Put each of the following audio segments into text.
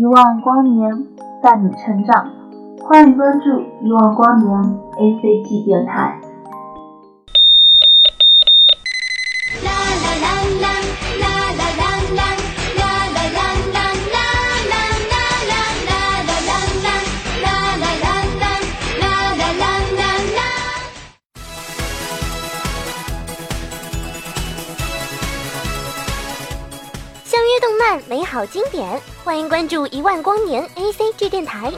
万光年伴你成长，欢迎关注一万光年 ACG 电台。 相约动漫美好经典，欢迎关注一万光年 ACG 电台。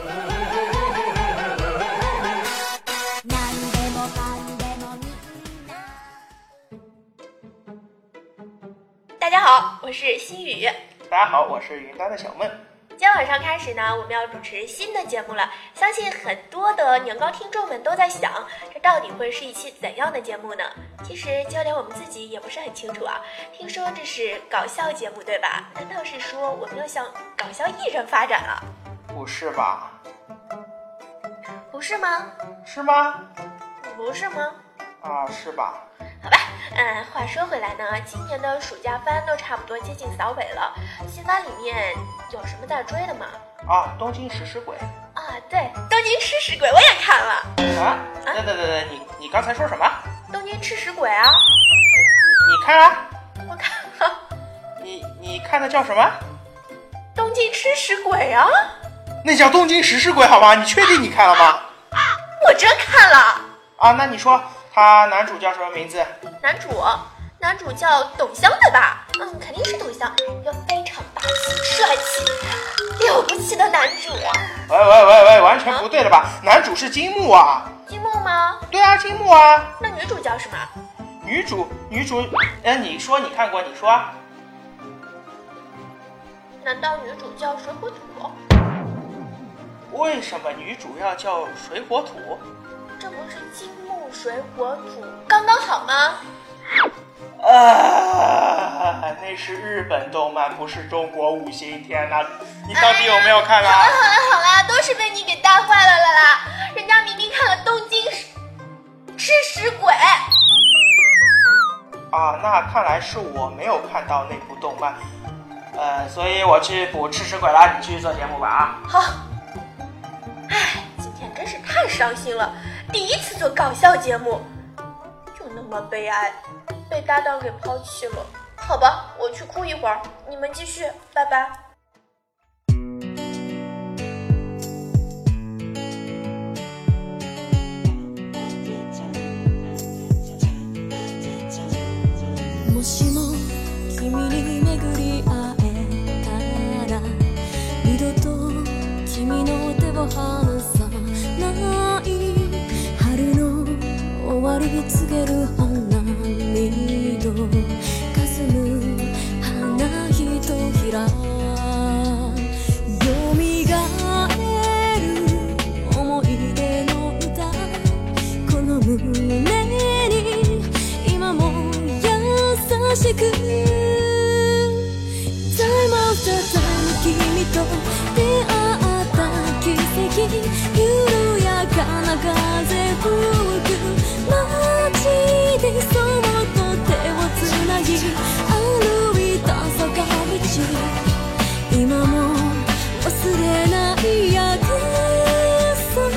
大家好，我是西雨。 大家好，我是云端的小梦。 今天晚上开始呢，我们要主持新的节目了。相信很多的年糕听众们都在想，这到底会是一期怎样的节目呢？其实就连我们自己也不是很清楚啊。听说这是搞笑节目，对吧？难道是说我们要向搞笑艺人发展了？ 不是吧？ 不是吗？ 是吗？ 不是吗？ 啊，是吧？ 好吧，话说回来呢，今年的暑假番都差不多接近扫尾了。新番里面有什么在追的吗？ 啊，东京食尸鬼。 啊，对，东京吃屎鬼我也看了。 对，你刚才说什么？ 东京吃屎鬼啊？ 你看啊？ 我看了。 你看的叫什么？ 东京吃屎鬼啊？ 那叫东京食尸鬼好吗？你确定你看了吗？ 我真看了。 啊，那你说他男主叫什么名字？ 男主叫董湘对吧？肯定是董湘，一个非常霸气、帅气、了不起的男主。 喂，完全不对了吧？男主是金木啊。 金木吗？ 对啊，金木啊。 那女主叫什么？ 女主，你说你看过，你说。 难道女主叫水火土？ 为什么女主要叫水火土？ 这不是金木水火土刚刚好吗？ 那是日本动漫，不是中国五星天呐！你到底有没有看啦？ 好啦，都是被你给带坏了啦！人家明明看了东京吃屎鬼。 啊，那看来是我没有看到那部动漫，所以我去补吃屎鬼啦，你继续做节目吧啊！ 好。今天真是太伤心了，第一次做搞笑节目，就那么悲哀，被搭档给抛弃了。好吧，我去哭一会儿，你们继续，拜拜。 もしも君に巡り会えたら二度と君の手を離さない春の終わり告げる花見と霞む花ひとひらよみがえる思い出の歌この胸に今も優しく Time after time 君と出会った奇跡緩やかな風吹く街でそっと手をつなぎ歩いた坂道今も忘れない約束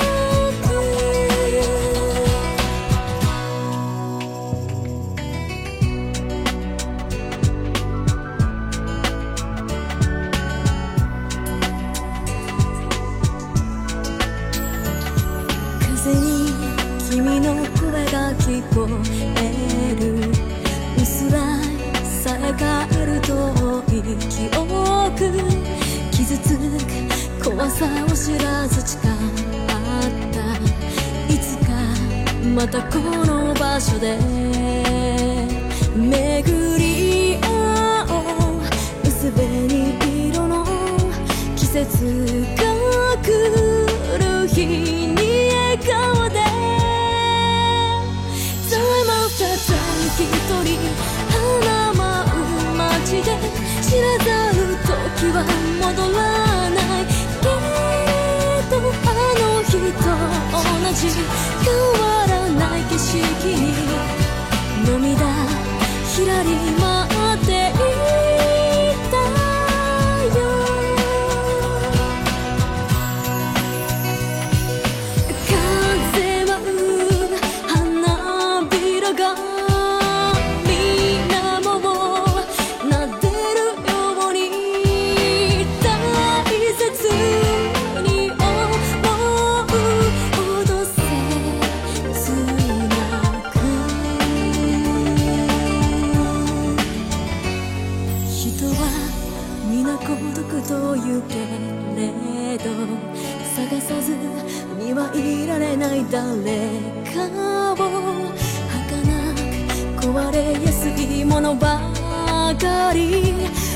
風に君の声が聞こえる薄らさえ変える遠い記憶傷つく怖さを知らず誓ったいつかまたこの場所で巡り合おう薄紅色の季節が来る日に笑顔で Time after time 一人花舞う街で知らざる時は戻らないけどあの日と同じ変わらない景色に涙ひらり待っていたよに誰かを儚く壊れやすいものばかり